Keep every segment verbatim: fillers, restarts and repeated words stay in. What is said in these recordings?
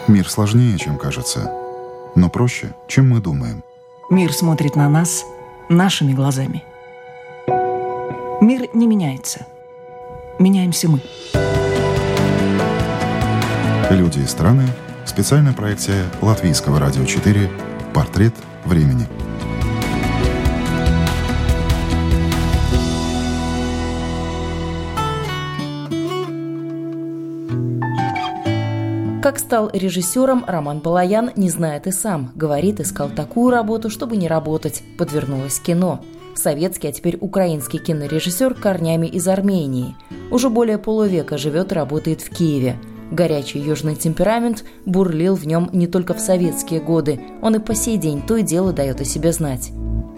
Мир сложнее, чем кажется, но проще, чем мы думаем. Мир смотрит на нас нашими глазами. Мир не меняется. Меняемся мы. Люди и страны. Специальная проекция Латвийского радио четыре «Портрет времени». Как стал режиссером, Роман Балаян не знает и сам. Говорит, искал такую работу, чтобы не работать. Подвернулось кино. Советский, а теперь украинский кинорежиссер корнями из Армении. Уже более полувека живет и работает в Киеве. Горячий южный темперамент бурлил в нем не только в советские годы. Он и по сей день то и дело дает о себе знать.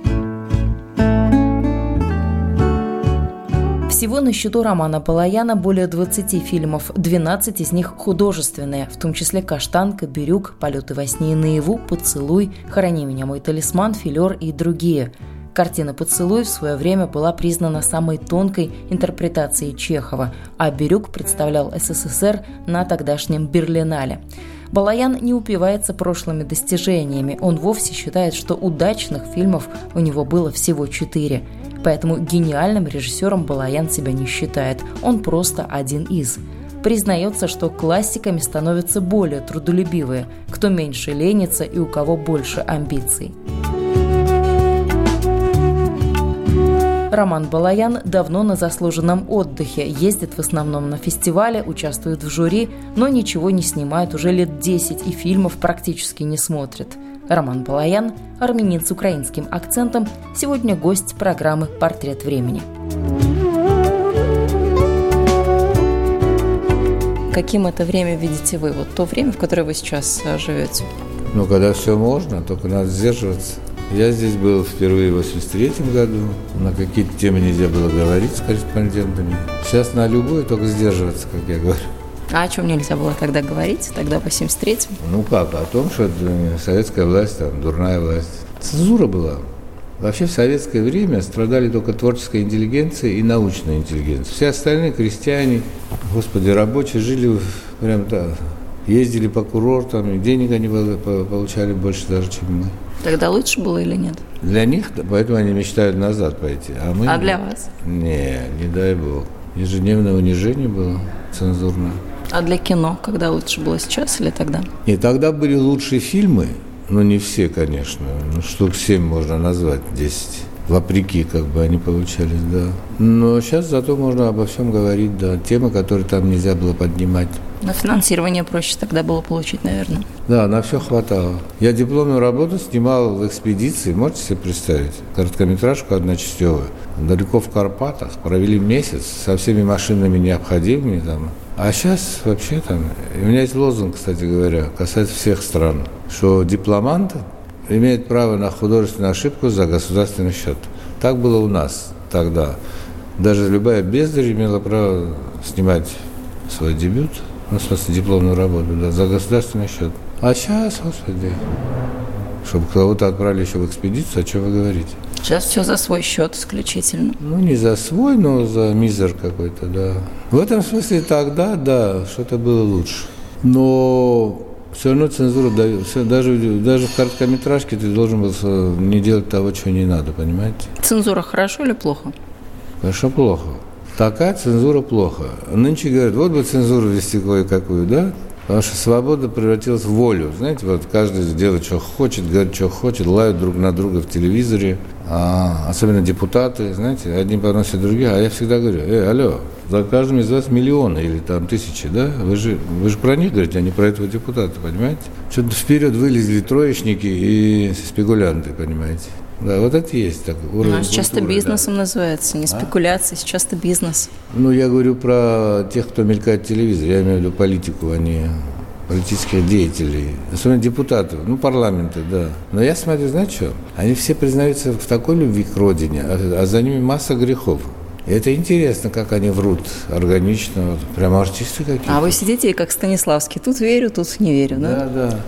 Всего на счету Романа Балаяна более двадцати фильмов, двенадцать из них художественные, в том числе «Каштанка», «Бирюк», «Полеты во сне и наяву», «Поцелуй», «Храни меня, мой талисман», «Филер» и другие. Картина «Поцелуй» в свое время была признана самой тонкой интерпретацией Чехова, а «Бирюк» представлял СССР на тогдашнем Берлинале. Балаян не упивается прошлыми достижениями, он вовсе считает, что удачных фильмов у него было всего четыре. Поэтому гениальным режиссером Балаян себя не считает, он просто один из. Признается, что классиками становятся более трудолюбивые, кто меньше ленится и у кого больше амбиций. Роман Балаян давно на заслуженном отдыхе, ездит в основном на фестивале, участвует в жюри, но ничего не снимает уже лет десять и фильмов практически не смотрит. Роман Балаян, армянин с украинским акцентом, сегодня гость программы «Портрет времени». Каким это время видите вы? Вот то время, в которое вы сейчас живете? Ну, когда все можно, только надо сдерживаться. Я здесь был впервые в восемьдесят третьем году. На какие-то темы нельзя было говорить с корреспондентами. Сейчас на любую только сдерживаться, как я говорю. А о чем нельзя было тогда говорить, тогда в восемьдесят третьем? Ну как, о том, что советская власть, там, дурная власть. Цензура была. Вообще в советское время страдали только творческая интеллигенция и научная интеллигенция. Все остальные крестьяне, господи, рабочие жили прям так, ездили по курортам, и денег они получали больше даже, чем мы. Тогда лучше было или нет? Для них, поэтому они мечтают назад пойти. А, мы... а для вас? Не, не дай бог. Ежедневное унижение было цензурное. А для кино, когда лучше было, сейчас или тогда? И тогда были лучшие фильмы, но не все, конечно. Ну, штук семь можно назвать, десять. Вопреки, как бы они получались, да. Но сейчас зато можно обо всем говорить, да. Темы, которые там нельзя было поднимать. Но финансирование проще тогда было получить, наверное. Да, на все хватало. Я дипломную работу снимал в экспедиции, можете себе представить? Короткометражку одночасовую. Далеко в Карпатах. Провели месяц со всеми машинами необходимыми там. А сейчас вообще там... У меня есть лозунг, кстати говоря, касается всех стран, что дипломант имеет право на художественную ошибку за государственный счет. Так было у нас тогда. Даже любая бездарь имела право снимать свой дебют, ну, в смысле, дипломную работу, да, за государственный счет. А сейчас, господи, чтобы кого-то отправили еще в экспедицию, о чем вы говорите? Сейчас все за свой счет исключительно. Ну, не за свой, но за мизер какой-то, да. В этом смысле тогда, да, что-то было лучше. Но... Все равно цензура дает. Даже, даже в короткометражке ты должен был не делать того, чего не надо, понимаете? Цензура хорошо или плохо? Хорошо, плохо. Такая цензура плохо. Нынче говорят, вот бы цензуру ввести кое-какую, да? Потому что свобода превратилась в волю. Знаете, вот каждый делает, что хочет, говорит, что хочет, лают друг на друга в телевизоре. А, особенно депутаты, знаете, одни поносят других. А я всегда говорю, эй, алло, за каждым из вас миллионы или там тысячи, да? Вы же, вы же про них говорите, а не про этого депутата, понимаете? Что-то вперед вылезли троечники и спекулянты, понимаете? Да, вот это есть такой уровень. Ну, сейчас это бизнесом да. называется, не спекуляция, а? Сейчас это бизнес. Ну, я говорю про тех, кто мелькает в телевизоре, я имею в виду политику, а не политических деятелей, особенно депутатов, ну, парламента, да. Но я смотрю, знаете что, они все признаются в такой любви к родине, а, а за ними масса грехов. И это интересно, как они врут органично, вот, прямо артисты какие-то. А вы сидите, как Станиславский, тут верю, тут не верю, да? Да, да.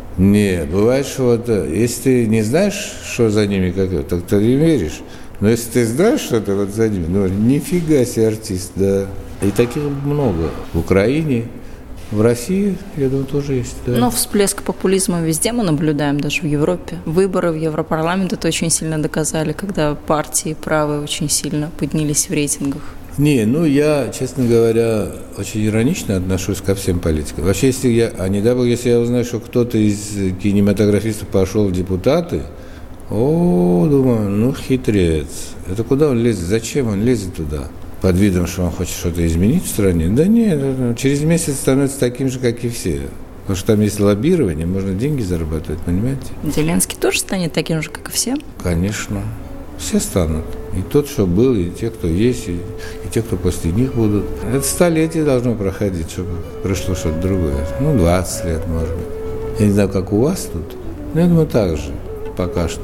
Не, бывает, что вот, если ты не знаешь, что за ними, как, так ты не веришь. Но если ты знаешь что-то вот за ними, ну, нифига себе артист, да. И таких много в Украине, В России, я думаю, тоже есть. Да. Но всплеск популизма везде мы наблюдаем, даже в Европе. Выборы в Европарламент это очень сильно доказали, когда партии правые очень сильно поднялись в рейтингах. Не, ну я, честно говоря, очень иронично отношусь ко всем политикам. Вообще, если я, а не дай бог, если я узнаю, что кто-то из кинематографистов пошел в депутаты, о, думаю, ну хитрец. Это куда он лезет? Зачем он лезет туда? Под видом, что он хочет что-то изменить в стране? Да нет, через месяц становится таким же, как и все. Потому что там есть лоббирование, можно деньги зарабатывать, понимаете? Зеленский тоже станет таким же, как и все? Конечно. Все станут. И тот, что был, и те, кто есть, и, и те, кто после них будут. Это столетие должно проходить, чтобы пришло что-то другое. Ну, двадцать лет, может быть. Я не знаю, как у вас тут, но я думаю, так же пока что.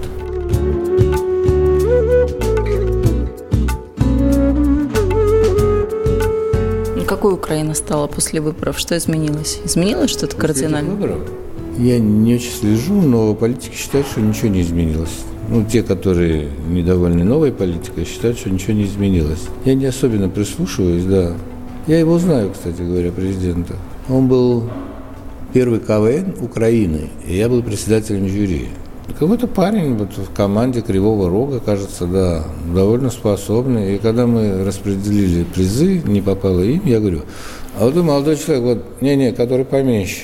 Какой Украина стала после выборов? Что изменилось? Изменилось что-то кардинально? Выборов? Я не очень слежу, но политики считают, что ничего не изменилось. Ну, те, которые недовольны новой политикой, считают, что ничего не изменилось. Я не особенно прислушиваюсь, да. Я его знаю, кстати говоря, президента. Он был первый КВН Украины, и я был председателем жюри. Какой-то парень вот в команде Кривого Рога, кажется, да, довольно способный. И когда мы распределили призы, не попало им, я говорю, а вот вы, молодой человек, вот, не-не, который поменьше.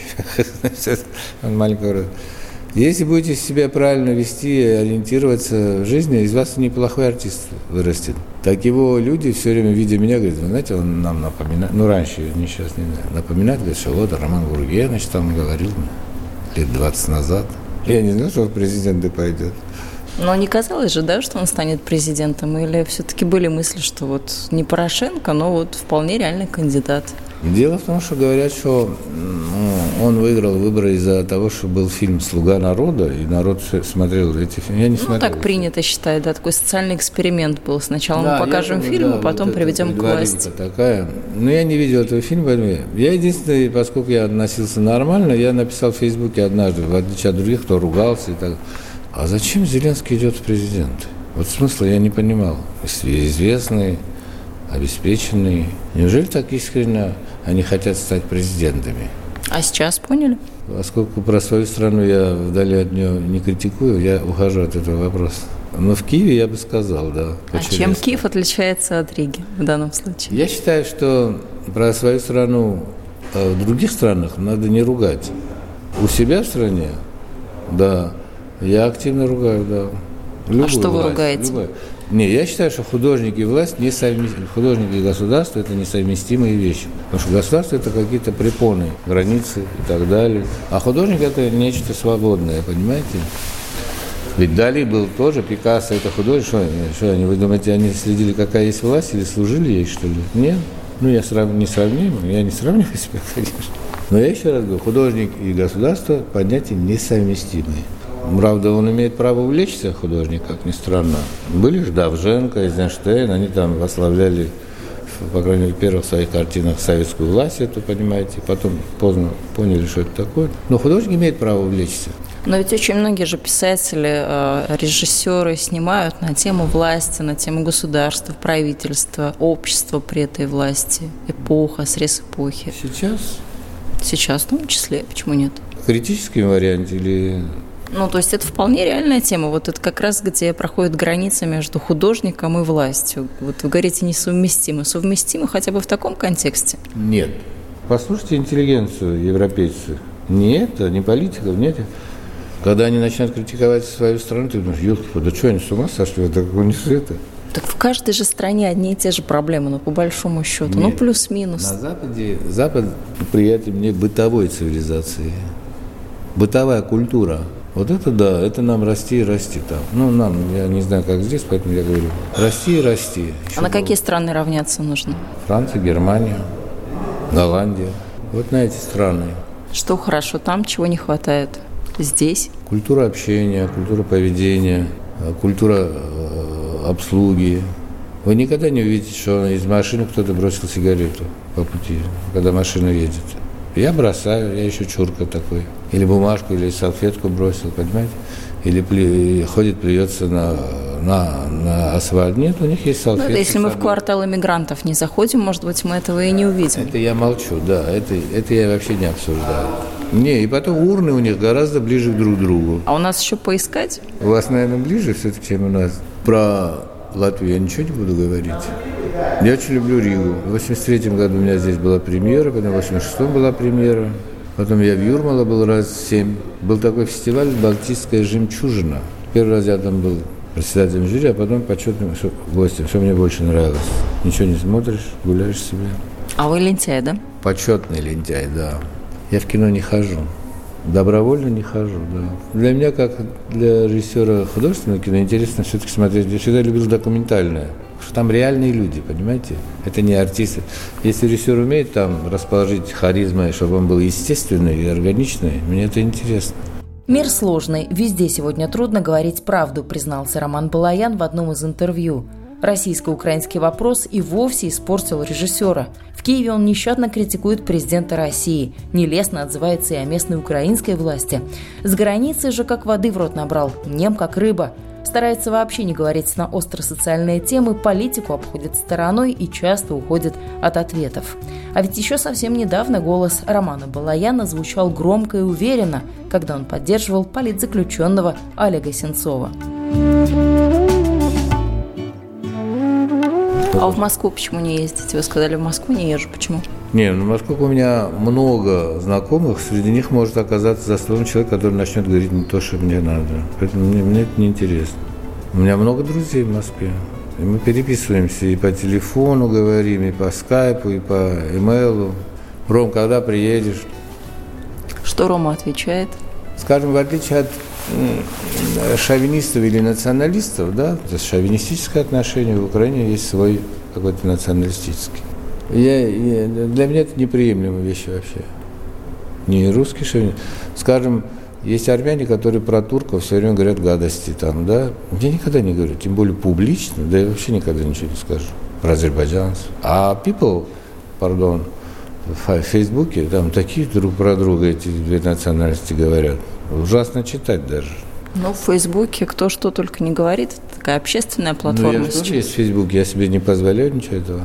Он маленький говорит, если будете себя правильно вести и ориентироваться в жизни, из вас неплохой артист вырастет. Так его люди все время, видя меня, говорят, вы знаете, он нам напоминает, ну, раньше, не сейчас, не знаю, напоминает, говорит, что вот Роман Гургенович там говорил лет двадцать назад. Я не знаю, что он в президенты пойдет. Но не казалось же, да, что он станет президентом? Или все-таки были мысли, что вот не Порошенко, но вот вполне реальный кандидат? Дело в том, что говорят, что ну, он выиграл выборы из-за того, что был фильм «Слуга народа», и народ смотрел эти фильмы. Я не ну, смотрел. так принято считать, да, такой социальный эксперимент был. Сначала да, мы покажем думаю, фильм, да, а потом вот приведем к власти. Такая. Но я не видел этого фильма. Я единственное, поскольку я относился нормально, я написал в Фейсбуке однажды, в отличие от других, кто ругался и так. А зачем Зеленский идет в президенты? Вот смысла я не понимал. Известный, обеспеченный. Неужели так искренне они хотят стать президентами? А сейчас поняли? Поскольку про свою страну я вдали от нее не критикую, я ухожу от этого вопроса. Но в Киеве я бы сказал, да. А чем резко. Киев отличается от Риги в данном случае? Я считаю, что про свою страну в других странах надо не ругать. У себя в стране, да, я активно ругаю, да. Любую а что власть, вы ругаете? Любую. Не, я считаю, что художники и власть не совместимы. Художники и государство – это несовместимые вещи. Потому что государство – это какие-то препоны, границы и так далее. А художник – это нечто свободное, понимаете? Ведь Дали был тоже, Пикассо – это художник. Что, что они, вы думаете, они следили, какая есть власть, или служили ей, что ли? Нет. Ну, я срав... не сравним, я не сравниваю себя, конечно. Но я еще раз говорю, художник и государство – понятия несовместимые. Правда, он имеет право увлечься, художник, как ни странно. Были же Давженко, Эйзенштейн, они там восславляли, по крайней мере, в первых своих картинах советскую власть, это, понимаете, потом поздно поняли, что это такое. Но художник имеет право увлечься. Но ведь очень многие же писатели, режиссеры снимают на тему власти, на тему государства, правительства, общества при этой власти, эпоха, срез эпохи. Сейчас? Сейчас в том числе, почему нет? В критическом варианте или... Ну, то есть это вполне реальная тема. Вот это как раз, где проходит граница между художником и властью. Вот вы говорите, несовместимо. Совместимо хотя бы в таком контексте? Нет. Послушайте интеллигенцию, европейцы. Не это, не политиков, нет. Когда они начинают критиковать свою страну, ты думаешь, ёлки, да что, они с ума сошли? Это у них это... Так в каждой же стране одни и те же проблемы, ну, по большому счету. Нет. Ну, плюс-минус. На Западе, Запад приятен мне бытовой цивилизации. Бытовая культура. Вот это да, это нам расти и расти там. Ну, нам, я не знаю, как здесь, поэтому я говорю, расти и расти. Еще а на какие страны равняться нужно? Франция, Германия, Голландия. Вот на эти страны. Что хорошо там, чего не хватает здесь? Культура общения, культура поведения, культура э, обслуги. Вы никогда не увидите, что из машины кто-то бросил сигарету по пути, когда машина едет. Я бросаю, я еще чурка такой. Или бумажку, или салфетку бросил, понимаете? Или пли, ходит, плюется на, на, на асфальт. Нет, у них есть салфетки. Ну, если мы в квартал иммигрантов не заходим, может быть, мы этого и не увидим. Это я молчу, да, это, это я вообще не обсуждаю. Не, и потом урны у них гораздо ближе друг к другу. А у нас еще поискать? У вас, наверное, ближе все-таки, чем у нас. Про Латвию я ничего не буду говорить. Я очень люблю Ригу. В восемьдесят третьем году у меня здесь была премьера, потом в восемьдесят шестом была премьера. Потом я в Юрмала был раз семь. Был такой фестиваль «Балтийская жемчужина». Первый раз я там был председателем жюри, а потом почетным гостем. Все мне больше нравилось. Ничего не смотришь, гуляешь себе. А вы лентяй, да? Почетный лентяй, да. Я в кино не хожу. Добровольно не хожу, да. Для меня, как для режиссера художественного кино, интересно все-таки смотреть. Я всегда любил документальное. Что там реальные люди, понимаете? Это не артисты. Если режиссер умеет там расположить харизмой, чтобы он был естественный и органичный, мне это интересно. Мир сложный. Везде сегодня трудно говорить правду, признался Роман Балаян в одном из интервью. Российско-украинский вопрос и вовсе испортил режиссера. В Киеве он нещадно критикует президента России, нелестно отзывается и о местной украинской власти. С границы же как воды в рот набрал, нем как рыба. Старается вообще не говорить на остросоциальные темы, политику обходит стороной и часто уходит от ответов. А ведь еще совсем недавно голос Романа Балаяна звучал громко и уверенно, когда он поддерживал политзаключенного Олега Сенцова. А в Москву почему не ездите? Вы сказали, в Москву не езжу. Почему? Не, ну в Москву у меня много знакомых. Среди них может оказаться за столом человек, который начнет говорить не то, что мне надо. Поэтому мне, мне это неинтересно. У меня много друзей в Москве. И мы переписываемся и по телефону говорим, и по скайпу, и по имейлу. Ром, когда приедешь? Что Рома отвечает? Скажем, в отличие от шовинистов или националистов, да, то есть шовинистическое отношение в Украине есть свой какой-то националистический. Я, я, для меня это неприемлемая вещь вообще. Не русский шовинист. Скажем, есть армяне, которые про турков все время говорят гадости там, да. Я никогда не говорю, тем более публично, да я вообще никогда ничего не скажу про азербайджанцев. А people, пардон, в Фейсбуке там такие друг про друга эти две национальности говорят. Ужасно читать даже. Ну, в Фейсбуке кто что только не говорит. Это такая общественная платформа. Ну, я тоже есть в Фейсбуке, я себе не позволяю ничего этого.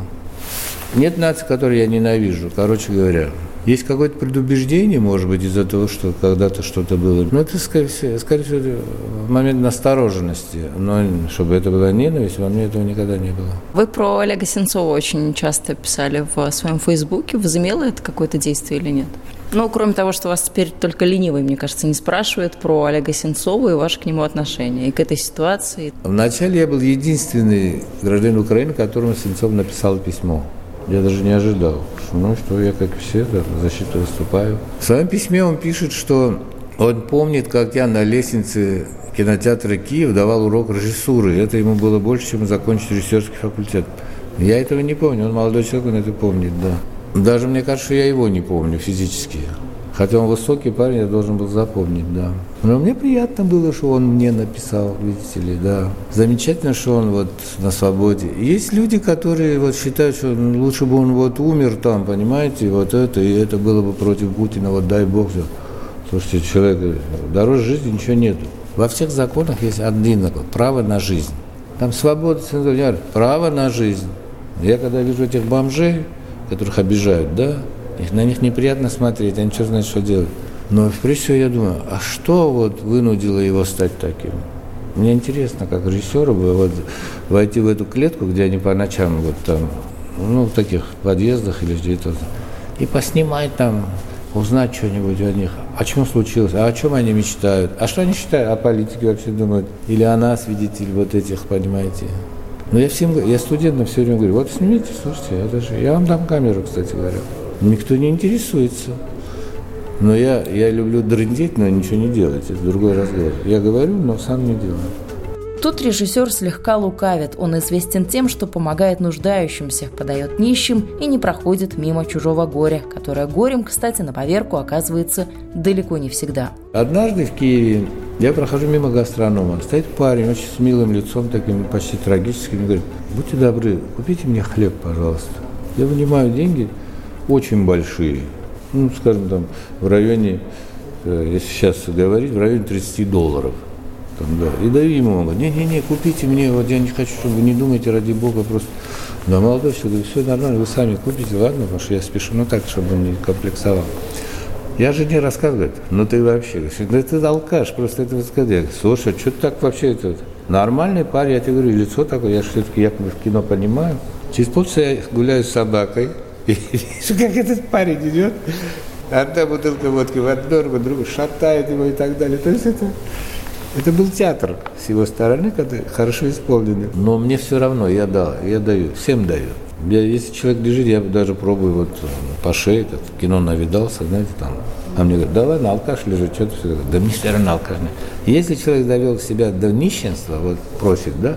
Нет нации, которые я ненавижу. Короче говоря, есть какое-то предубеждение, может быть, из-за того, что когда-то что-то было. Но это, скорее всего, скорее всего, момент настороженности. Но чтобы это была ненависть, во мне этого никогда не было. Вы про Олега Сенцова очень часто писали в своем Фейсбуке. Возымело это какое-то действие или нет? Ну, кроме того, что вас теперь только ленивый, мне кажется, не спрашивает про Олега Сенцова и ваше к нему отношение, и к этой ситуации. Вначале я был единственный гражданин Украины, которому Сенцов написал письмо. Я даже не ожидал. Ну, что я, как все, да, в защиту выступаю. В своем письме он пишет, что он помнит, как я на лестнице кинотеатра «Киев» давал урок режиссуры. Это ему было больше, чем закончить режиссерский факультет. Я этого не помню. Он молодой человек, он это помнит, да. Даже мне кажется, что я его не помню физически. Хотя он высокий парень, я должен был запомнить, да. Но мне приятно было, что он мне написал, видите ли, да. Замечательно, что он вот на свободе. Есть люди, которые вот считают, что лучше бы он вот умер там, понимаете, вот это, и это было бы против Путина, вот дай бог. Слушайте, человек, дороже жизни ничего нету. Во всех законах есть один закон – право на жизнь. Там свобода, право на жизнь. Я когда вижу этих бомжей, которых обижают, да, на них неприятно смотреть, они что знают, что делать. Но прежде всего я думаю, а что вот вынудило его стать таким? Мне интересно, как режиссеру бы вот войти в эту клетку, где они по ночам вот там, ну, в таких подъездах или где-то, и поснимать там, узнать что-нибудь о них. О чем случилось, а о чем они мечтают, а что они считают, о политике вообще думают, или о нас, свидетель вот этих, понимаете. Но я всем, я студентам все время говорю, вот снимите, слушайте, я даже, я вам дам камеру, кстати говоря. Никто не интересуется. Но я, я люблю дрындеть, но ничего не делать, это другой разговор. Я говорю, но сам не делаю. Тут режиссер слегка лукавит. Он известен тем, что помогает нуждающимся, подает нищим и не проходит мимо чужого горя, которое горем, кстати, на поверку оказывается далеко не всегда. Однажды в Киеве я прохожу мимо гастронома. Стоит парень очень с милым лицом, таким почти трагическим, и говорит, будьте добры, купите мне хлеб, пожалуйста. Я вынимаю деньги, очень большие, ну, скажем, там, в районе, если сейчас говорить, в районе тридцать долларов. Там, да. И даю ему, он говорит, не-не-не, купите мне, вот я не хочу, чтобы вы не думаете, ради бога, просто... Да, молодой человек, говорит, все нормально, вы сами купите, ладно, потому что я спешу, ну так, чтобы он не комплексовал. Я жене рассказываю, говорит, ну ты вообще, да ты алкаш, просто это вот сказать. Слушай, что ты так вообще, это нормальный парень, я тебе говорю, лицо такое, я же все-таки я в кино понимаю. Через полчаса я гуляю с собакой, и вижу, как этот парень идет, одна бутылка водки в одну руку, другую шатает его и так далее. То есть это, это был театр с его стороны, который хорошо исполненный. Но мне все равно, я дал, я даю, всем даю. Я, если человек лежит, я даже пробую вот по шее, как в кино навидался, знаете, там. А мне говорят, да ладно, алкаш лежит, что ты все говоришь? Да мне все равно алкаш. Если человек довел себя до нищенства, вот просит, да,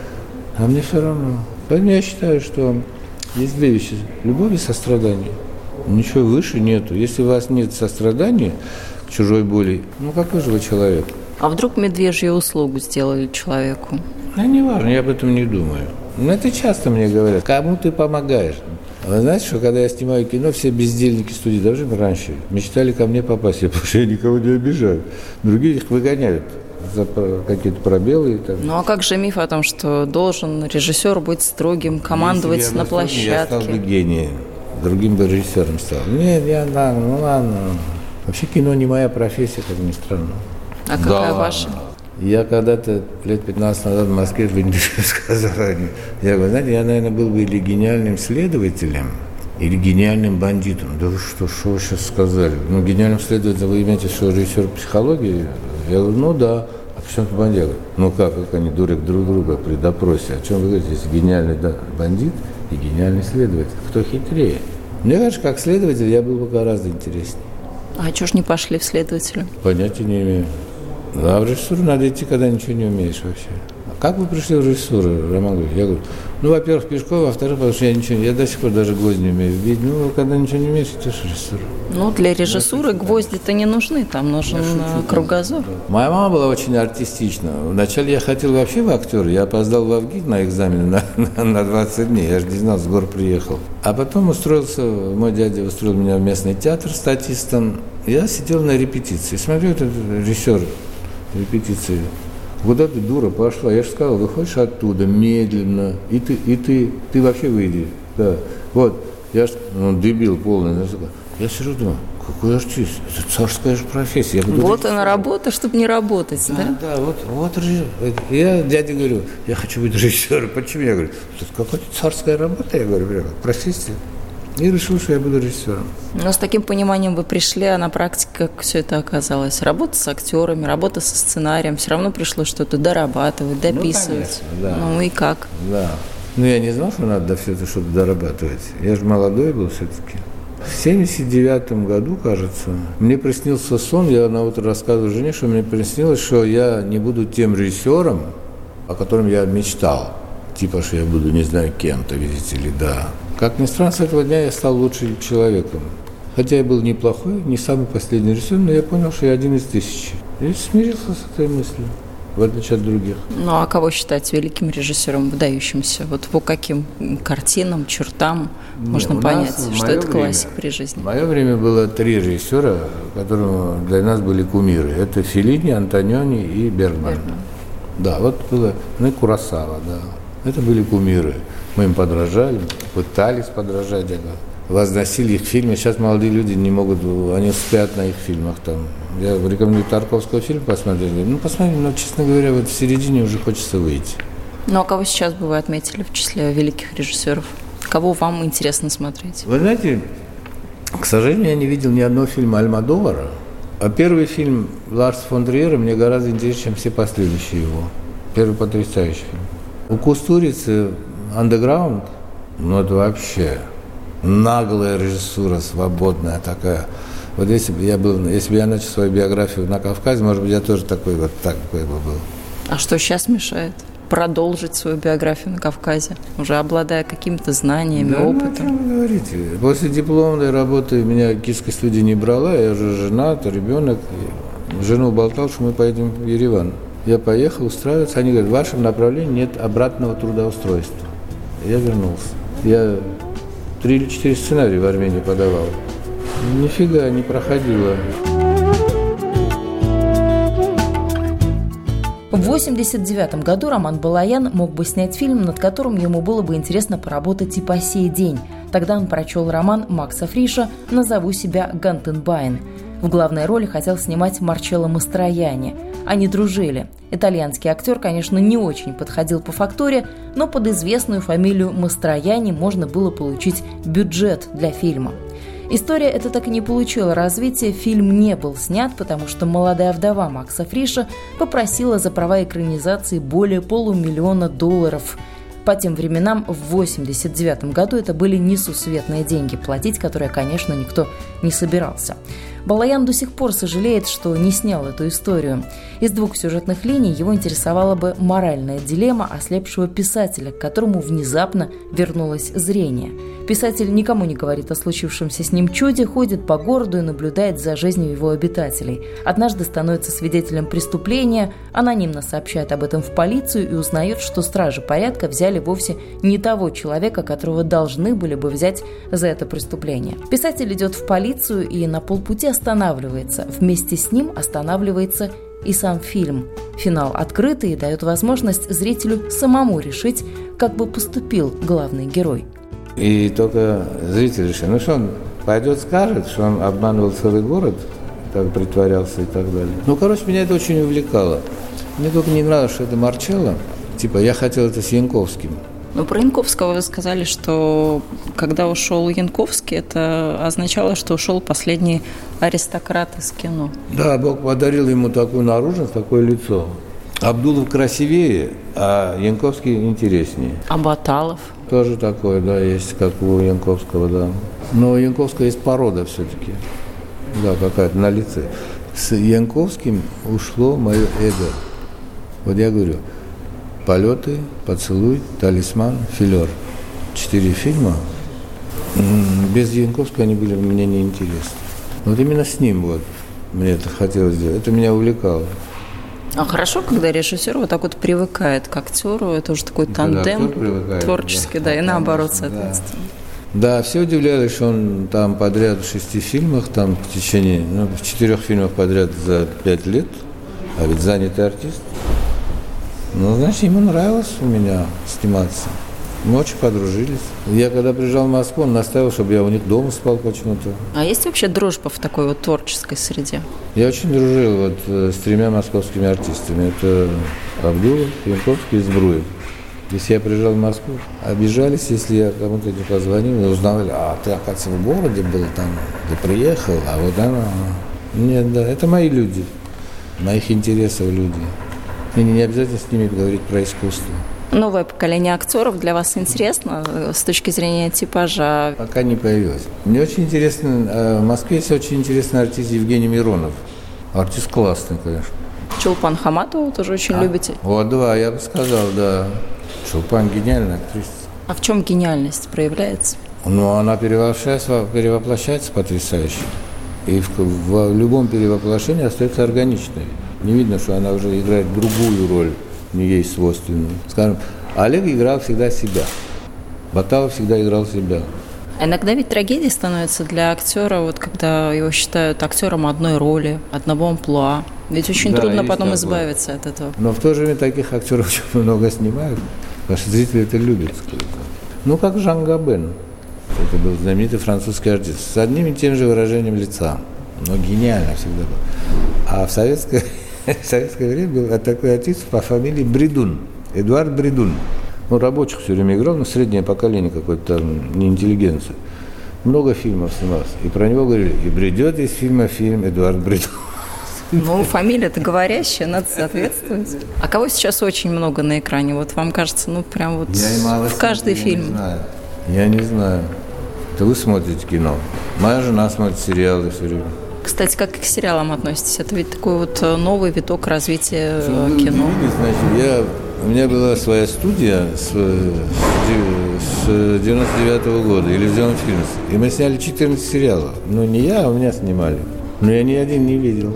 а мне все равно. Поэтому я считаю, что есть две вещи. Любовь и сострадание. Ничего выше нету. Если у вас нет сострадания к чужой боли, ну какой же вы человек? А вдруг медвежью услугу сделали человеку? Да не важно, я об этом не думаю. Ну, это часто мне говорят, кому ты помогаешь? Вы знаете, что когда я снимаю кино, все бездельники студии, даже раньше, мечтали ко мне попасть, потому что я никого не обижаю. Другие их выгоняют за какие-то пробелы. Там. Ну а как же миф о том, что должен режиссер быть строгим, командовать Если на бы я площадке? Я стал бы гением, другим бы режиссером стал. Нет, я, да, ну ладно. Вообще кино не моя профессия, как ни странно. А какая да. ваша? Я когда-то лет пятнадцать назад в Москве в интервью сказал, я говорю, знаете, я, наверное, был бы или гениальным следователем, или гениальным бандитом. Да вы что, что вы сейчас сказали? Ну, гениальным следователем вы имеете, что режиссер психологии? Я говорю, ну да. А почему ты бандит? Ну как, как они дурят друг друга при допросе? О чем вы говорите, если гениальный бандит и гениальный следователь? Кто хитрее? Мне кажется, как следователь я был бы гораздо интереснее. А чего ж не пошли в следователя? Понятия не имею. А в режиссуру надо идти, когда ничего не умеешь вообще. А как вы пришли в режиссуру, Роман Григорьевич? Я говорю, ну, во-первых, пешком, во-вторых, потому что я ничего не... Я до сих пор даже гвозди не умею бить. Ну, когда ничего не умеешь, идешь в режиссуру. Ну, для режиссуры гвозди-то не нужны, там нужен кругозор. Моя мама была очень артистична. Вначале я хотел вообще в актеры. Я опоздал в Авгик на экзамены на, на, на двадцать дней. Я же не знал, с гор приехал. А потом устроился, мой дядя устроил меня в местный театр статистом. Я сидел на репетиции. Смотрю, этот режиссер репетиции. Куда ты, дура, пошла? Я же сказал, выходишь оттуда медленно, и ты, и ты, ты вообще выйди. Да. Вот, я же, ну, дебил полный. Я сижу, думаю, какой артист? Это царская же профессия. Я вот режиссер. Она работа, чтобы не работать, да? Да, да, вот, вот режиссер. Я дяде говорю, я хочу быть режиссером. Почему? Я говорю, это какая-то царская работа, я говорю, прямо, профессия. И решил, что я буду режиссером. Но с таким пониманием вы пришли, а на практике как все это оказалось? Работа с актерами, работа со сценарием, все равно пришлось что-то дорабатывать, дописывать. Ну, конечно, да. Ну и как? Да. Ну, я не знал, что надо все это что-то дорабатывать. Я же молодой был все-таки. В семьдесят девятом году, кажется, мне приснился сон, я на утро рассказывал жене, что мне приснилось, что я не буду тем режиссером, о котором я мечтал. Типа, что я буду не знаю кем-то, видите ли, да. Как ни странно, с этого дня я стал лучшим человеком. Хотя я был неплохой, не самый последний режиссер, но я понял, что я один из тысячи. И смирился с этой мыслью, в отличие от других. Ну, а кого считать великим режиссером, выдающимся? Вот по каким картинам, чертам Нет, можно понять, что это время, классик при жизни? В мое время было три режиссера, которые для нас были кумиры. Это Феллини, Антониони и Бергман. Бергман. Да, вот было, ну и Куросава, да. Это были кумиры. Мы им подражали, пытались подражать, возносили их фильмы. Сейчас молодые люди не могут, они спят на их фильмах. Там. Я рекомендую Тарковского фильм посмотреть. Ну, посмотрим, но, честно говоря, вот в середине уже хочется выйти. Ну, а кого сейчас бы вы отметили в числе великих режиссеров? Кого вам интересно смотреть? Вы знаете, к сожалению, я не видел ни одного фильма Альмодовара. А первый фильм Ларса фон Триера мне гораздо интереснее, чем все последующие его. Первый потрясающий фильм. У Кустурицы «Андеграунд», ну это вообще наглая режиссура, свободная такая. Вот если бы я был, если бы я начал свою биографию на Кавказе, может быть, я тоже такой вот такой бы был. А что сейчас мешает продолжить свою биографию на Кавказе, уже обладая какими-то знаниями, да, опытом? Ну, о чем вы говорите? После дипломной работы меня Киевская студия не брала, я уже женат, ребенок. Жену болтал, что мы поедем в Ереван. Я поехал устраиваться, они говорят, в вашем направлении нет обратного трудоустройства. Я вернулся. Я три или четыре сценария в Армении подавал. Нифига не проходило. В восемьдесят девятом году Роман Балаян мог бы снять фильм, над которым ему было бы интересно поработать и по сей день. Тогда он прочел роман Макса Фриша «Назову себя Гантенбайн». В главной роли хотел снимать Марчелло Мастроянни. Они дружили. Итальянский актер, конечно, не очень подходил по фактуре, но под известную фамилию Мастроянни можно было получить бюджет для фильма. История эта так и не получила развития, фильм не был снят, потому что молодая вдова Макса Фриша попросила за права экранизации более полумиллиона долларов. По тем временам, в восемьдесят девятом году, это были несусветные деньги, платить которые, конечно, никто не собирался. Балаян до сих пор сожалеет, что не снял эту историю. Из двух сюжетных линий его интересовала бы моральная дилемма ослепшего писателя, к которому внезапно вернулось зрение. Писатель никому не говорит о случившемся с ним чуде, ходит по городу и наблюдает за жизнью его обитателей. Однажды становится свидетелем преступления, анонимно сообщает об этом в полицию и узнает, что стражи порядка взяли вовсе не того человека, которого должны были бы взять за это преступление. Писатель идет в полицию и на полпути останавливается. Вместе с ним останавливается и сам фильм. Финал открытый и дает возможность зрителю самому решить, как бы поступил главный герой. И только зритель решил, ну что он пойдет, скажет, что он обманывал целый город, так притворялся и так далее. Ну, короче, меня это очень увлекало. Мне только не нравилось, что это Марчелло. Типа, я хотел это с Янковским. Ну, про Янковского вы сказали, что когда ушел Янковский, это означало, что ушел последний аристократ из кино. Да, Бог подарил ему такую наружность, такое лицо. Абдулов красивее, а Янковский интереснее. А Баталов? Тоже такое, да, есть, как у Янковского, да. Но у Янковского есть порода все-таки. Да, какая-то на лице. С Янковским ушло мое эго. Вот я говорю, «Полеты», «Поцелуй», «Талисман», «Филер». Четыре фильма. Без Янковского они были мне неинтересны. Вот именно с ним вот мне это хотелось сделать. Это меня увлекало. А хорошо, когда режиссер вот так вот привыкает к актеру, это уже такой тандем творческий, да, да, и наоборот, соответственно. Да. да, все удивлялись, что он там подряд в шести фильмах, там в течение, ну, в четырех фильмах подряд за пять лет, а ведь занятый артист. Ну, значит, ему нравилось у меня сниматься. Мы очень подружились. Я когда приезжал в Москву, он настаивал, чтобы я у них дома спал почему-то. А есть вообще дружба в такой вот творческой среде? Я очень дружил вот с тремя московскими артистами. Это Абдулов, Янковский и Збруев. Если я приезжал в Москву, обижались, если я кому-то не позвонил, и узнавали, а ты, оказывается, в городе был там, ты приехал, а вот она... Нет, да, это мои люди, моих интересов люди. Мне не обязательно с ними говорить про искусство. Новое поколение актеров для вас интересно с точки зрения типажа? Пока не появилось. Мне очень интересно, в Москве есть очень интересный артист Евгений Миронов. Артист классный, конечно. Чулпан Хаматову тоже очень а? любите? Вот, да, я бы сказал, да. Чулпан гениальная актриса. А в чем гениальность проявляется? Ну, она перевоплощается, перевоплощается потрясающе. И в, в любом перевоплощении остается органичной. Не видно, что она уже играет другую роль, не ей свойственную. Скажем, Олег играл всегда себя. Баталов всегда играл себя. Иногда ведь трагедией становится для актера, вот когда его считают актером одной роли, одного амплуа. Ведь очень да, трудно потом такое. избавиться от этого. Но в то же время таких актеров очень много снимают, потому что зрители это любят. Ну, как Жан Габен. Это был знаменитый французский артист. С одним и тем же выражением лица. Но гениально всегда был. А в советское, в советское время был такой артист по фамилии Бредун. Эдуард Бредун. Он рабочих все время играл, но среднее поколение какое-то там, не интеллигенция. Много фильмов снимался. И про него говорили, и бредет из фильма фильм Эдуард Бредун. Ну, фамилия-то говорящая, надо соответствовать. А кого сейчас очень много на экране? Вот вам кажется, ну, прям вот в каждый я фильм. Не знаю. Я не знаю. Это вы смотрите кино. Моя жена смотрит сериалы все время. Кстати, как к сериалам относитесь? Это ведь такой вот новый виток развития Вы кино. Видите, значит, я, у меня была своя студия с, с девяносто девятого года, иллюзион фильм. И мы сняли четырнадцать сериалов. Ну, не я, а у меня снимали. Но я ни один не видел.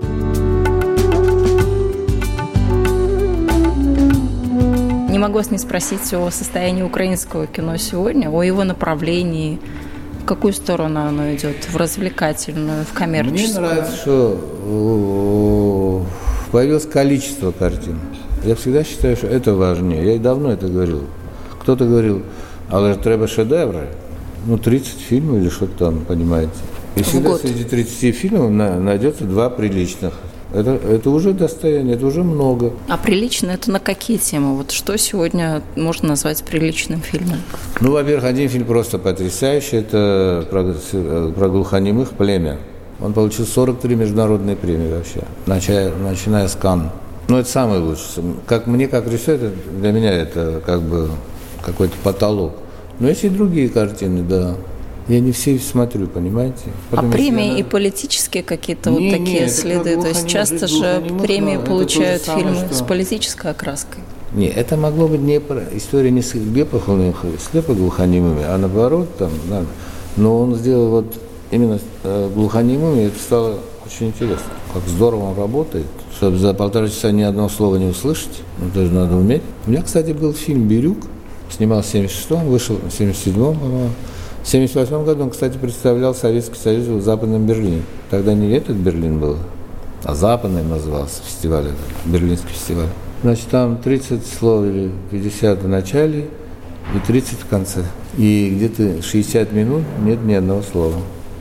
Не могу вас не спросить о состоянии украинского кино сегодня, о его направлении. В какую сторону оно идет? В развлекательную, в коммерческую? Мне нравится, что появилось количество картин. Я всегда считаю, что это важнее. Я и давно это говорил. Кто-то говорил, але треба шедевры. Ну, тридцать фильмов или что-то там, понимаете. И всегда среди тридцати фильмов на, найдется два приличных. Это, это уже достояние, это уже много. А прилично это на какие темы? Вот что сегодня можно назвать приличным фильмом? Ну, во-первых, один фильм просто потрясающий. Это про, про глухонемых «Племя». Он получил сорок три международные премии вообще, начиная, начиная с Канн. Ну, это самый лучший. Как мне, как режиссер, для меня это как бы какой-то потолок. Но есть и другие картины, да. Я не все смотрю, понимаете? Потом, а премии она... и политические какие-то не, вот такие не, следы? То есть часто же премии получают фильмы самое, что... с политической окраской. Не, это могло быть не про... история не слепоглухонемыми, а наоборот, там, да. Но он сделал вот именно с глухонемыми, это стало очень интересно. Как здорово он работает, чтобы за полтора часа ни одного слова не услышать, ну, тоже надо уметь. У меня, кстати, был фильм «Бирюк», снимался в семьдесят шестом, вышел в семьдесят седьмом, по-моему. В семьдесят восьмом году он, кстати, представлял Советский Союз в Западном Берлине. Тогда не этот Берлин был, а Западный назывался фестиваль, этот, Берлинский фестиваль. Значит, там тридцать слов или пятьдесят в начале и тридцать в конце. И где-то шестьдесят минут нет ни одного слова.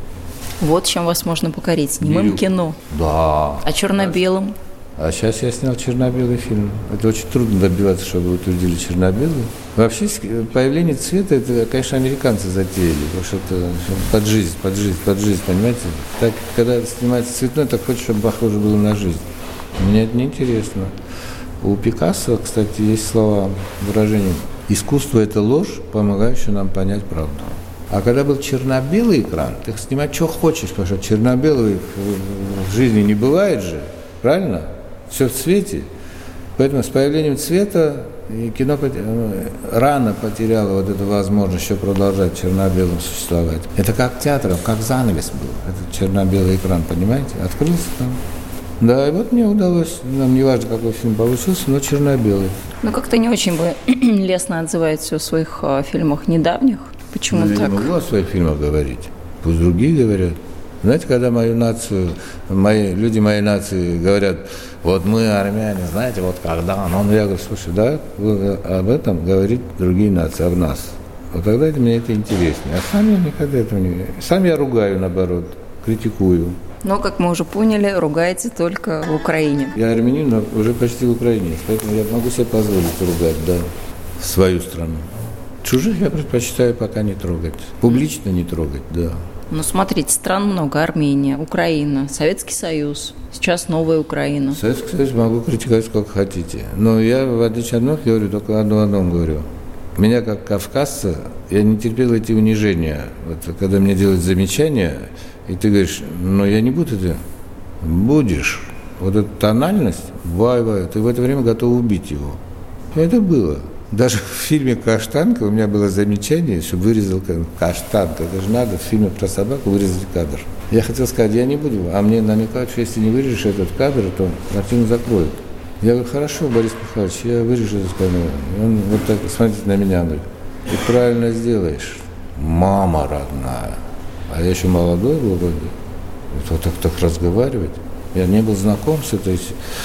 Вот чем вас можно покорить. Немым Бирюк. Кино. Да. А черно-белым? А сейчас я снял черно-белый фильм. Это очень трудно добиваться, чтобы утвердили черно-белый. Вообще, появление цвета, это, конечно, американцы затеяли, потому что это под жизнь, под жизнь, под жизнь, понимаете? Так, когда снимается цветной, так хочешь, чтобы похоже было на жизнь. Мне это неинтересно. У Пикассо, кстати, есть слова, выражение «искусство – это ложь, помогающая нам понять правду». А когда был черно-белый экран, ты снимать что хочешь, потому что черно-белый в жизни не бывает же, правильно? Все в цвете. Поэтому с появлением цвета кино рано потеряло вот эту возможность еще продолжать черно-белым существовать. Это как театром, как занавес был, этот черно-белый экран, понимаете? Открылся там. Да, и вот мне удалось, нам не важно, какой фильм получился, но черно-белый. Ну, как-то не очень бы лестно отзываетесь о своих э, фильмах недавних. Почему ну, так? Я не могу о своих фильмах говорить. Пусть другие говорят. Знаете, когда мою нацию, мои, люди моей нации говорят, вот мы, армяне, знаете, вот когда, ну, я говорю, слушай, да, об этом говорит другие нации, об нас. Вот тогда это, мне это интереснее. А сам я никогда этого не... Сам я ругаю, наоборот, критикую. Но, как мы уже поняли, ругаете только в Украине. Я армянин, но уже почти в Украине, поэтому я могу себе позволить ругать, да, свою страну. Чужих я предпочитаю пока не трогать, публично не трогать, да. Ну, смотрите, стран много. Армения, Украина, Советский Союз, сейчас новая Украина. Советский Союз могу критиковать сколько хотите. Но я, в отличие от многих, говорю, только одно одном говорю. Меня, как кавказца, я не терпел эти унижения. Вот, когда мне делают замечания, и ты говоришь, ну, я не буду это. Будешь. Вот эта тональность, вай-вай, ты в это время готов убить его. И это было. Даже в фильме «Каштанка» у меня было замечание, что вырезал «Каштанка». Это же надо в фильме про собаку вырезать кадр. Я хотел сказать, я не буду, а мне намекают, что если не вырежешь этот кадр, то картину закроют. Я говорю, хорошо, Борис Михайлович, я вырежу этот кадр. Он вот так смотрит на меня, говорит, ты правильно сделаешь, мама родная. А я еще молодой был вроде. Вот так, так разговаривать. Я не был знаком с этой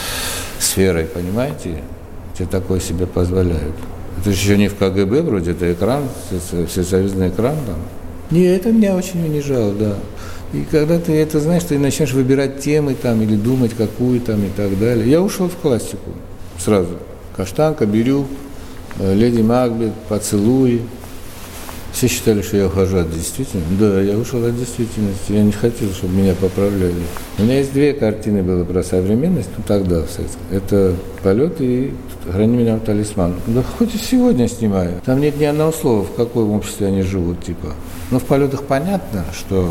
сферой, понимаете? Тебе такое себе позволяют. Это же еще не в КГБ вроде, это экран, всесоюзный экран там. Не, это меня очень унижало, да. И когда ты это знаешь, ты начинаешь выбирать темы там или думать какую там и так далее. Я ушел в классику сразу. Каштанка, Бирюк, Леди Макбет, Поцелуи. Все считали, что я ухожу от действительности. Да, я ушел от действительности. Я не хотел, чтобы меня поправляли. У меня есть две картины было про современность, ну тогда, в Советском. Это «Полет» и «Храни меня, талисман». Да хоть и сегодня снимаю. Там нет ни одного слова, в каком обществе они живут, типа. Ну, в «Полетах» понятно, что...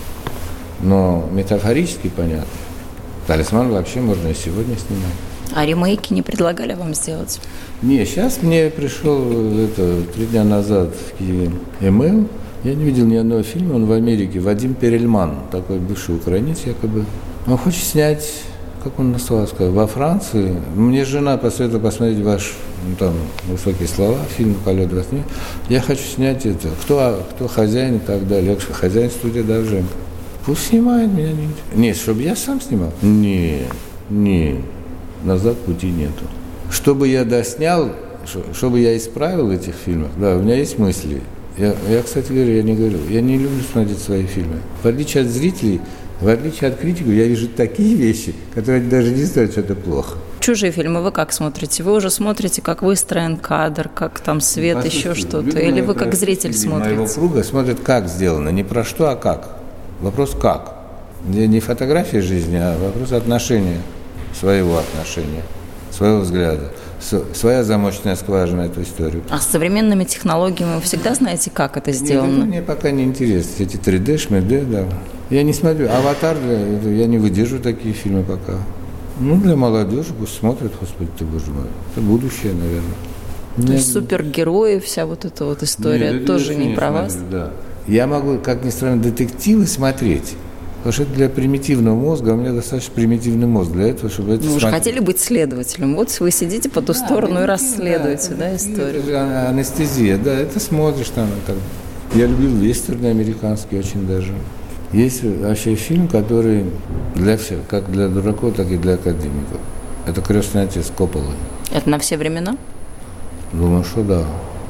Но метафорически понятно. «Талисман» вообще можно и сегодня снимать. А ремейки не предлагали вам сделать? Не, сейчас мне пришел это, три дня назад в Киеве имейл. Я не видел ни одного фильма, он в Америке. Вадим Перельман, такой бывший украинец якобы. Он хочет снять, как он назвал, сказал, во Франции. Мне жена посоветовала посмотреть ваш, ну, там, высокие слова, фильм «Полет во сне». Я хочу снять это. Кто, кто хозяин и так далее. Я говорю, хозяин студии Довженко. Пусть снимает меня. Не... Нет, чтобы я сам снимал? Нет, нет. назад пути нету. Что бы я доснял, что, что бы я исправил в этих фильмах, да, у меня есть мысли. Я, я, кстати говоря, я не говорю, я не люблю смотреть свои фильмы. В отличие от зрителей, в отличие от критиков, я вижу такие вещи, которые даже не знают, что это плохо. Чужие фильмы вы как смотрите? Вы уже смотрите, как выстроен кадр, как там свет, ну, еще что-то? Или вы как зритель смотрите? Моего круга смотрят, как сделано. Не про что, а как. Вопрос как. Не фотография жизни, а вопрос отношения, своего отношения, своего взгляда. Своя замочная скважина эту историю. А с современными технологиями вы всегда знаете, как это сделано? Нет, это мне пока не интересно. Эти три дэ, шмэ-дэ, да. Я не смотрю. «Аватар», для, я не выдерживаю такие фильмы пока. Ну, для молодежи пусть смотрят, господи ты, боже мой. Это будущее, наверное. То Мне... есть супергерои, вся вот эта вот история Нет, тоже не, не про смотрю, вас? Да. Я могу, как ни странно, детективы смотреть. Потому что это для примитивного мозга, а у меня достаточно примитивный мозг для этого, чтобы это Вы смотреть. же хотели быть следователем. Вот вы сидите по ту да, сторону и расследуете, да, да историю. Это же анестезия, да, это смотришь там. Так. Я любил вестерны американские очень даже. Есть вообще фильм, который для всех, как для дураков, так и для академиков. Это «Крестный отец» Копполы. Это на все времена? Думаю, что да.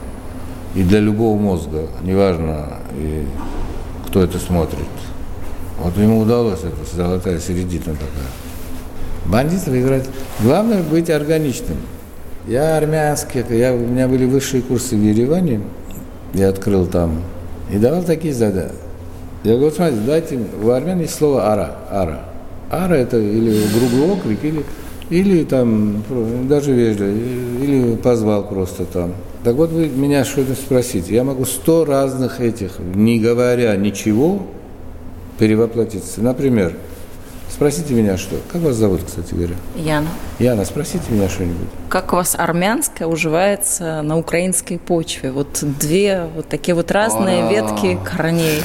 И для любого мозга, неважно, и кто это смотрит. Вот ему удалось, это золотая середина такая. Бандитов играть. Главное быть органичным. Я армянский, я, у меня были высшие курсы в Ереване, я открыл там, и давал такие задания. Я говорю, смотрите, дайте, у армян есть слово «ара». «Ара». «Ара» это или грубый окрик, или, или там, даже вежливо, или позвал просто там. Так вот вы меня что-то спросите. Я могу сто разных этих, не говоря ничего, перевоплотиться. Например, спросите меня что. Как вас зовут, кстати говоря? Яна. Яна, спросите меня что-нибудь. Как у вас армянское уживается на украинской почве? Вот две вот такие вот разные Ара. ветки корней.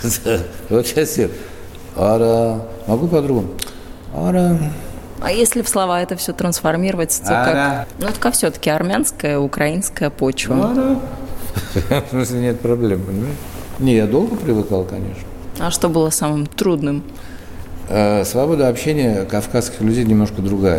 Вот сейчас я. Ара. Могу по-другому? Ара. А если в слова это все трансформировать, то как? Ну, это все-таки армянская, украинская почва. Ара. В смысле, нет проблем, понимаете? Не, я долго привыкал, конечно. А что было самым трудным? Свобода общения кавказских людей немножко другая.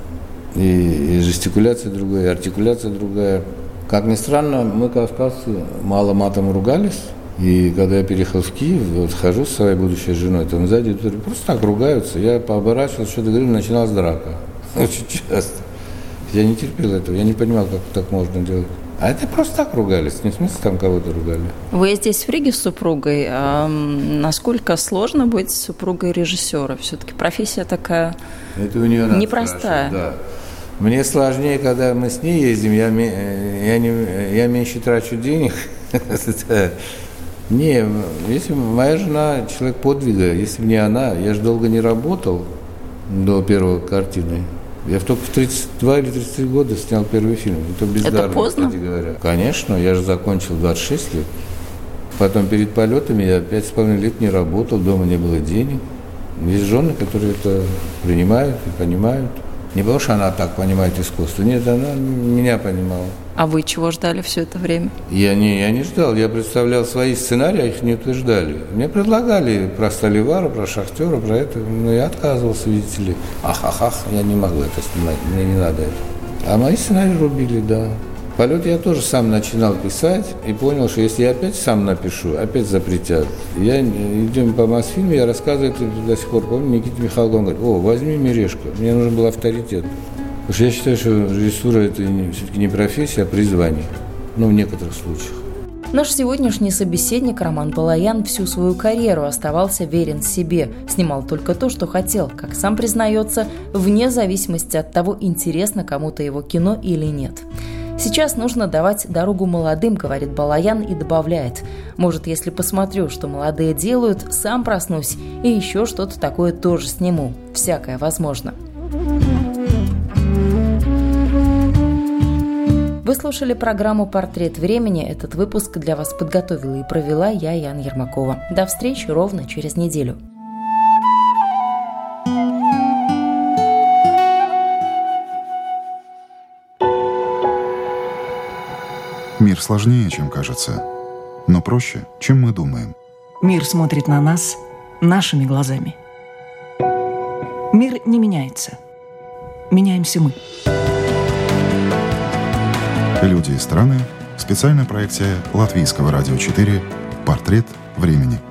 И, и жестикуляция другая, и артикуляция другая. Как ни странно, мы, кавказцы, мало матом ругались. И когда я переехал в Киев, вот хожу со своей будущей женой, там сзади просто так ругаются. Я пооборачивался, что-то говорю, начиналась драка. Очень часто. Я не терпел этого, я не понимал, как так можно делать. А это просто так ругались, не в смысле там кого-то ругали. Вы здесь в Риге с супругой. А насколько сложно быть супругой режиссера? Все-таки профессия такая это у нее непростая. Да. Мне сложнее, когда мы с ней ездим, я, я, не, я меньше трачу денег. Не, если моя жена человек подвига, если бы не она, я же долго не работал до первой картины. Я только в тридцать два или тридцать три года снял первый фильм. Это бездарно, Это поздно? кстати говоря. Конечно, я же закончил двадцать шесть лет. Потом перед полетами я пять с половиной лет не работал, дома не было денег. Есть жены, которые это принимают и понимают. Не потому что она так понимает искусство, нет, она меня понимала. А вы чего ждали все это время? Я не, я не ждал, я представлял свои сценарии, а их не утверждали. Мне предлагали про Столивара, про Шахтера, про это, но я отказывался, видите ли. Ах-ах-ах, я не могу это снимать, мне не надо это. А мои сценарии рубили, да. Полет я тоже сам начинал писать и понял, что если я опять сам напишу, опять запретят. Я идем по Мосфильму, я рассказываю это до сих пор, помню, Никита Михайлов говорит, о, возьми Мирешко, мне нужен был авторитет. Потому что я считаю, что режиссура это все-таки не профессия, а призвание, ну, в некоторых случаях. Наш сегодняшний собеседник Роман Балаян всю свою карьеру оставался верен себе, снимал только то, что хотел, как сам признается, вне зависимости от того, интересно кому-то его кино или нет. «Сейчас нужно давать дорогу молодым», — говорит Балаян и добавляет. «Может, если посмотрю, что молодые делают, сам проснусь и еще что-то такое тоже сниму. Всякое возможно». Вы слушали программу «Портрет времени». Этот выпуск для вас подготовила и провела я, Яна Ермакова. До встречи ровно через неделю. Мир сложнее, чем кажется, но проще, чем мы думаем. Мир смотрит на нас нашими глазами. Мир не меняется. Меняемся мы. Люди и страны. Специальная проекция Латвийского радио четыре «Портрет времени».